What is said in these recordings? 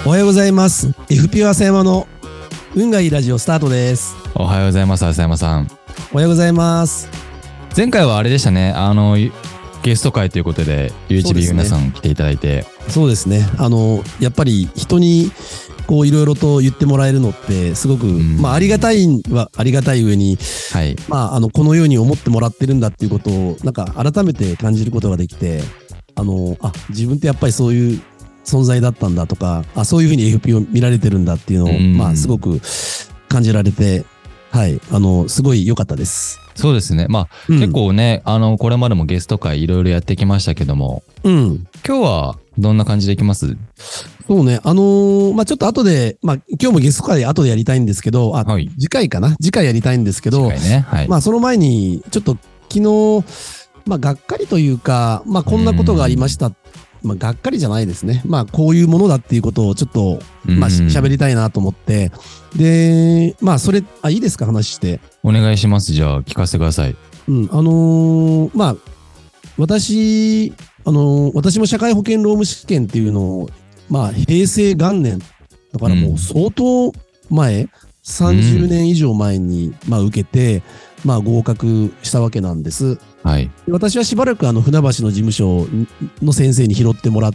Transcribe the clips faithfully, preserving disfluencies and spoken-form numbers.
おはようございます。 エフピー 浅山の運がいいラジオスタートです。 おはようございます。浅山さん。 おはようございます。 前回はあれでしたね、あのゲスト会ということで ユーエイチビー 皆さん来ていただいて、 そうですね、あのやっぱり人にこういろいろと言ってもらえるのってすごく、うん、まあありがたいはありがたい上に、はい、まああのこのように思ってもらってるんだっていうことをなんか改めて感じることができて、あのあ自分ってやっぱりそういう存在だったんだとか、あそういうふうに エフピー を見られてるんだっていうのを、うん、まあすごく感じられて、はいあのすごい良かったです。 そうですね。まあ、うん、結構ね、あのこれまでもゲスト会いろいろやってきましたけども、うん、今日はどんな感じでいきます？ そうね、あのー、まあちょっと後で、まあ今日もゲスト会後でやりたいんですけど、あ、はい、次回かな次回やりたいんですけど、ねはい、まあその前にちょっと昨日、まあがっかりというか、まあこんなことがありました。まあがっかりじゃないですね。まあこういうものだっていうことをちょっと、まあ喋りたいなと思って、で、まあそれ、あ、いいですか話して。 お願いします。じゃあ聞かせてください。 うん、あのー、まあ私、あのー、私も社会保険労務試験っていうのを、まあ、平成元年、だからもう相当前、うん、さんじゅうねん以上前に、まあ、受けて、まあ、合格したわけなんです。はい。私はしばらくあの、船橋の事務所の先生に拾ってもらって、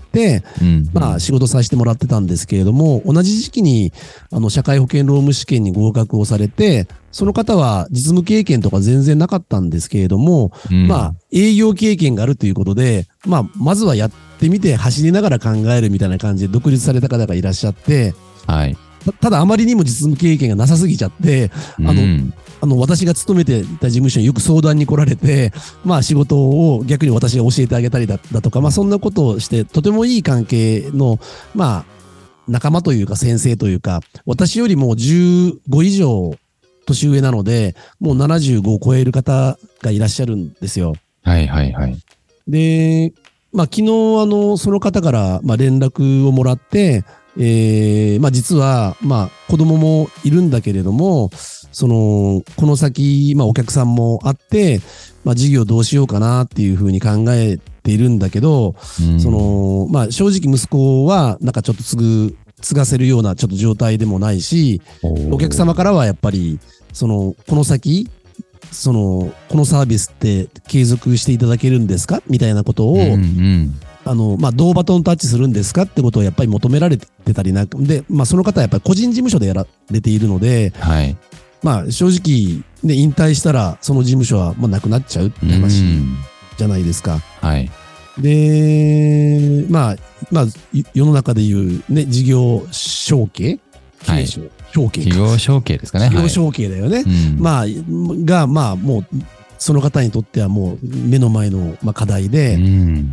うん、まあ、仕事させてもらってたんですけれども、同じ時期に、あの、社会保険労務試験に合格をされて、その方は実務経験とか全然なかったんですけれども、うん、まあ、営業経験があるということで、まあ、まずはやってみて走りながら考えるみたいな感じで独立された方がいらっしゃって、はい。た, ただあまりにも実務経験がなさすぎちゃって、あの、うん、あの、私が勤めていた事務所によく相談に来られて、まあ仕事を逆に私が教えてあげたりだとか、まあそんなことをして、とてもいい関係の、まあ、仲間というか先生というか、私よりもじゅうご以上年上なので、もうななじゅうごを超える方がいらっしゃるんですよ。 はいはいはい。 で、まあ昨日あの、その方からまあ連絡をもらって、えー、まあ実は、まあ子供もいるんだけれども、その、この先、まあお客さんもあって、まあ事業どうしようかなっていうふうに考えているんだけど、うん、その、まあ正直息子はなんかちょっと継ぐ、継がせるようなちょっと状態でもないし、お客様からはやっぱり、その、この先、その、このサービスって継続していただけるんですかみたいなことを、うんうんあの、まあ、どうバトンタッチするんですかってことをやっぱり求められてたりなく、で、まあ、その方はやっぱり個人事務所でやられているので、はい。まあ、正直、ね、引退したら、その事務所はもうなくなっちゃうって話じゃないですか。はい。で、まあ、まあ、世の中でいうね、事業承継はい。承継事業承継ですかね。 事業承継だよね。はい、まあ、が、まあ、もう、その方にとってはもう目の前のまあ課題で、うん、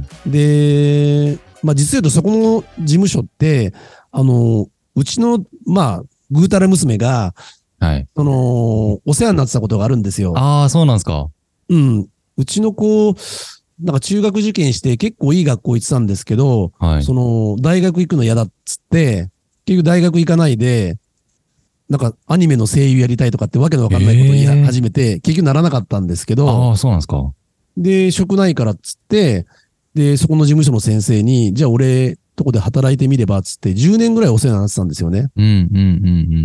で、まあ実言うとそこの事務所って、あの、うちの、まあ、ぐうたら娘が、はい。その、お世話になってたことがあるんですよ。 ああ、そうなんですか。 うん。うちの子、なんか中学受験して結構いい学校行ってたんですけど、はい。その、大学行くの嫌だっつって、結局大学行かないで、なんかアニメの声優やりたいとかってわけのわかんないことを言い始めて、結局ならなかったんですけど。 ああ、そうなんですか。 で、職ないからっつって、で、そこの事務所の先生に、じゃあ俺、とこで働いてみればっつって、じゅうねんぐらいお世話になってたんですよね。うん、うん、うん、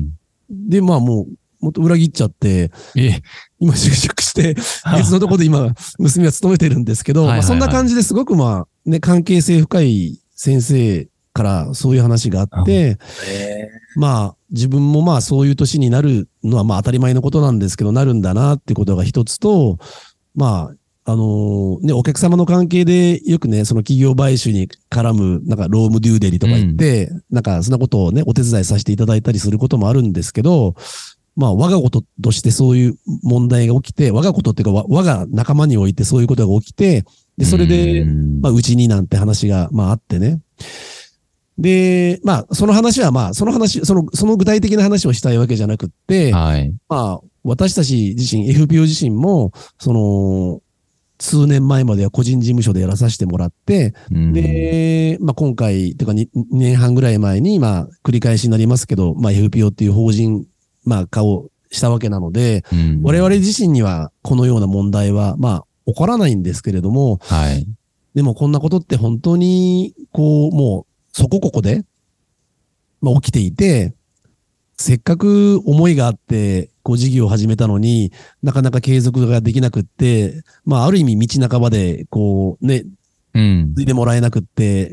うん。で、まあもう、もっと裏切っちゃって、え今就職して、別のとこで今、娘は勤めてるんですけど、まあそんな感じですごくまあ、ね、関係性深い先生からそういう話があって、まあ、自分もまあそういう年になるのはまあ当たり前のことなんですけど、なるんだなってことが一つと、まあ、あのー、ね、お客様の関係でよくね、その企業買収に絡む、なんかロームデューデリとか言って、うん、なんかそんなことをね、お手伝いさせていただいたりすることもあるんですけど、まあ、我がこととしてそういう問題が起きて、我がことっていうか、我が仲間においてそういうことが起きて、で、それで、まあ、うちになんて話が、まあ、あってね。で、まあ、その話はまあ、その話、その、その具体的な話をしたいわけじゃなくって、はい。まあ、私たち自身、エフピーオー 自身も、その、数年前までは個人事務所でやらさせてもらって、で、まあ今回、というかにねんはんぐらい前に、まあ繰り返しになりますけど、まあ エフピーオー っていう法人、まあ化をしたわけなので、我々自身にはこのような問題は、まあ起こらないんですけれども、はい。でもこんなことって本当に、こう、もう、そこここで、 まあ起きていて、せっかく思いがあって、こう事業を始めたのになかなか継続ができなくって、まあある意味道半ばで、こうね、うん。ついてもらえなくって、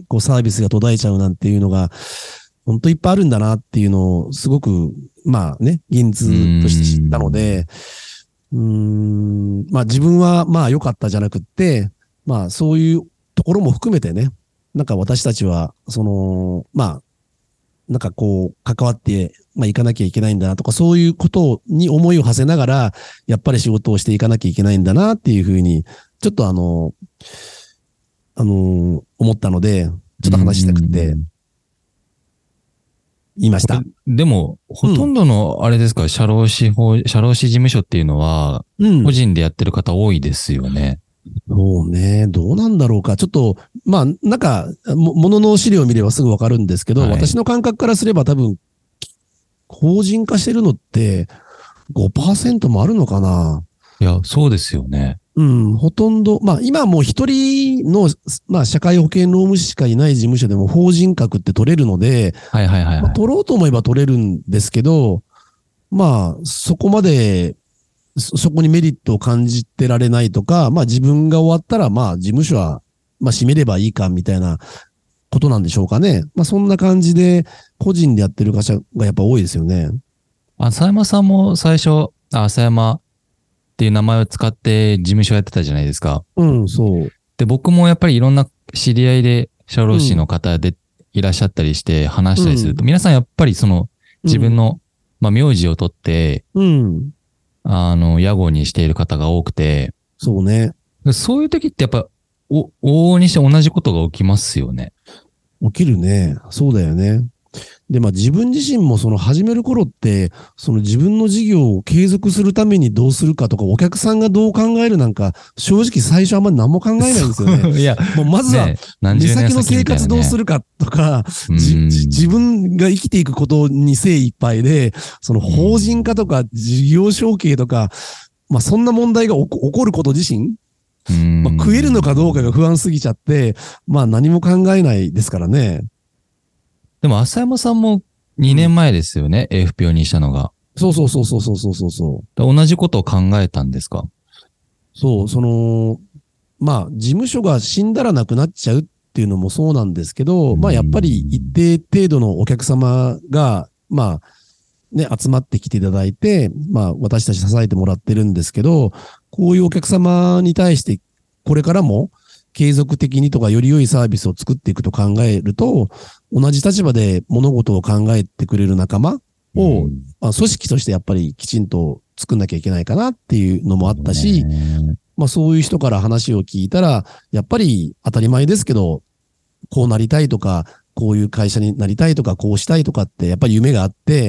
こうサービスが途絶えちゃうなんていうのが、本当いっぱいあるんだなっていうのをすごく、まあね、現実として知ったので、うーん、まあ自分はまあ良かったじゃなくって、まあそういうところも含めてね、なんか私たちは、その、まあ、なんかこう、関わって、まあ行かなきゃいけないんだなとか、そういうことに思いを馳せながら、やっぱり仕事をしていかなきゃいけないんだなっていうふうに、ちょっとあの、あの、思ったので、ちょっと話したくて、言いました。 でも、ほとんどの、あれですか、うん、社労士法、社労士事務所っていうのは、個人でやってる方多いですよね。 そうね。どうなんだろうか。ちょっと、まあ、なんか、も、ものの資料を見ればすぐわかるんですけど、はい、私の感覚からすれば多分、法人化してるのってごパーセントもあるのかな。 いや、そうですよね。 うん、ほとんど、まあ今もう一人の、まあ社会保険労務士しかいない事務所でも法人格って取れるので、 はいはいはい、はい、 まあ、取ろうと思えば取れるんですけど、まあそこまで、そこにメリットを感じてられないとか、まあ自分が終わったらまあ事務所は、まあ閉めればいいかみたいなことなんでしょうかね。まあそんな感じで個人でやってる会社がやっぱ多いですよね。 浅山さんも最初、あ、浅山、っていう名前を使って事務所やってたじゃないですか。 うん、そう。 で、僕もやっぱりいろんな知り合いで社労士の方でいらっしゃったりして話したりすると、うん、皆さんやっぱりその自分の、うん、まあ名字を取って、うん、あの、屋号にしている方が多くて、 そうね。 そういう時ってやっぱ、お、往々にして同じことが起きますよね。 起きるね。そうだよね。で、まあ自分自身もその始める頃って、その自分の事業を継続するためにどうするかとか、お客さんがどう考えるなんか、正直最初あんまり何も考えないんですよね。 いや、 もうまずは、目先の生活どうするかとか、ね、自分が生きていくことに精一杯で、その法人化とか事業承継とか、まあそんな問題が起こること自身、まあ、食えるのかどうかが不安すぎちゃって、まあ何も考えないですからね。 でも、浅山さんもにねんまえですよね、うん、エーエフピーオー にしたのが。 そうそうそうそうそうそうそう。 同じことを考えたんですか？ そう、その、まあ、事務所が死んだらなくなっちゃうっていうのもそうなんですけど、まあ、やっぱり一定程度のお客様が、まあ、ね、集まってきていただいて、まあ、私たち支えてもらってるんですけど、こういうお客様に対して、これからも、継続的にとかより良いサービスを作っていくと考えると、同じ立場で物事を考えてくれる仲間を、うん、まあ、組織としてやっぱりきちんと作んなきゃいけないかなっていうのもあったし、まあそういう人から話を聞いたら、やっぱり当たり前ですけど、こうなりたいとか、こういう会社になりたいとか、こうしたいとかってやっぱり夢があって、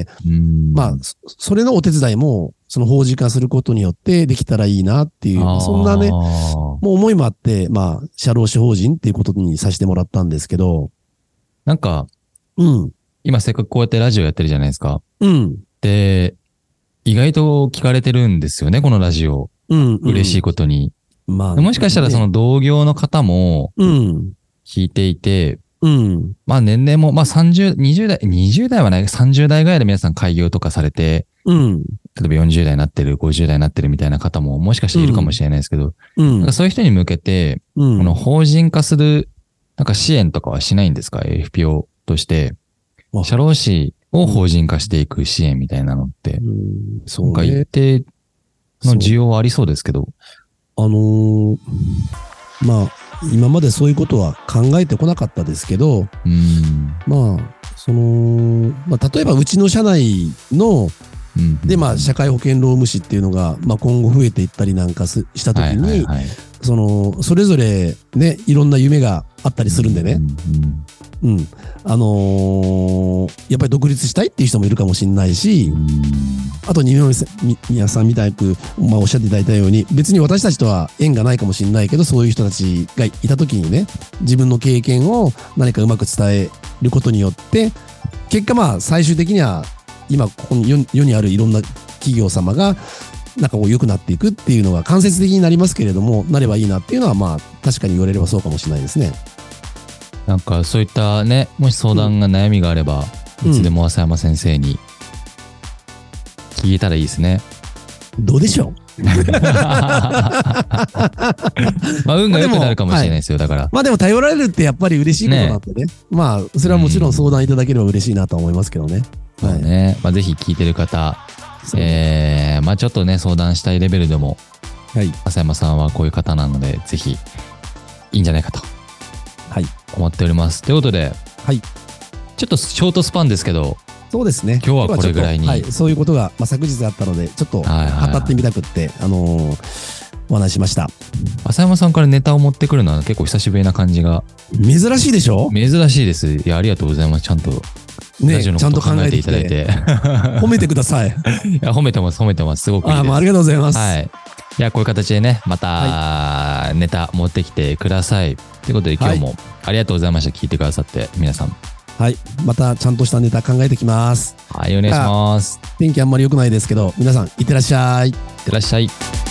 うん、まあそれのお手伝いもその法人化することによってできたらいいなっていう、そんなね、もう思いもあって、まあ社労士法人っていうことにさせてもらったんですけど、 なんか、 うん。 今せっかくこうやってラジオやってるじゃないですか。 うん。 で、意外と聞かれてるんですよね、このラジオ。うん、うん。嬉しいことに。まあ、もしかしたらその同業の方も、うん。聞いていて、うん。まあ年齢も、まあさんじゅう、にじゅう代、にじゅう代はない、さんじゅう代ぐらいで皆さん開業とかされて、うん。例えばよんじゅう代になってる、ごじゅう代になってるみたいな方ももしかしているかもしれないですけど、うん。なんかそういう人に向けて、うん。この法人化する、なんか支援とかはしないんですか？ エーエフピーオー として。社労士を法人化していく支援みたいなのって、うん、そうね。なんか一定の需要はありそうですけど。 あのー、まあ、今までそういうことは考えてこなかったですけど、うん、まあ、その、まあ、例えばうちの社内の、うん、で、まあ、社会保険労務士っていうのが、まあ、今後増えていったりなんかすしたときに、はいはいはい、その、それぞれね、いろんな夢があったりするんでね、うんうんうん。あのー、やっぱり独立したいっていう人もいるかもしれないし、あと、二宮さんみたく、まあ、おっしゃっていただいたように、別に私たちとは縁がないかもしれないけど、そういう人たちがいたときにね、自分の経験を何かうまく伝えることによって、結果まあ、最終的には、今、ここに世にあるいろんな企業様が、なんかこう良くなっていくっていうのが間接的になりますけれども、なればいいなっていうのは、まあ、確かに言われればそうかもしれないですね。 なんかそういったね、もし相談が悩みがあれば、 いつでも浅山先生に聞けたらいいですね。 どうでしょうまあ運が良くなるかもしれないですよ、だから。 まあでも頼られるってやっぱり嬉しいことなんでね。ねまあ、それはもちろん相談いただければ嬉しいなと思いますけどね。 そうね。まあぜひ聞いてる方、えー、まあちょっとね、相談したいレベルでも、はい。浅山さんはこういう方なので、ぜひ、いいんじゃないかと。はい。思っております。ということで、はい。ちょっとショートスパンですけど、そうですね。今日はこれぐらいに。はい。 そういうことが、まあ、昨日あったので、ちょっと語ってみたくって、あのー、お話しました。 浅山さんからネタを持ってくるのは結構久しぶりな感じが。 珍しいでしょ？ 珍しいです。いや、ありがとうございます。ちゃんと。 ね、ちゃんと考えていただいて。褒めてください。 いや、褒めてます、褒めてます。すごくいいです。 あ、もうありがとうございます。 はい。いや、こういう形でね、また、ネタ持ってきてください。ということで、今日もありがとうございました。聞いてくださって、皆さん。 はい。また、ちゃんとしたネタ考えてきます。 はい、お願いします。 天気あんまり良くないですけど、皆さん、いってらっしゃい。いってらっしゃい。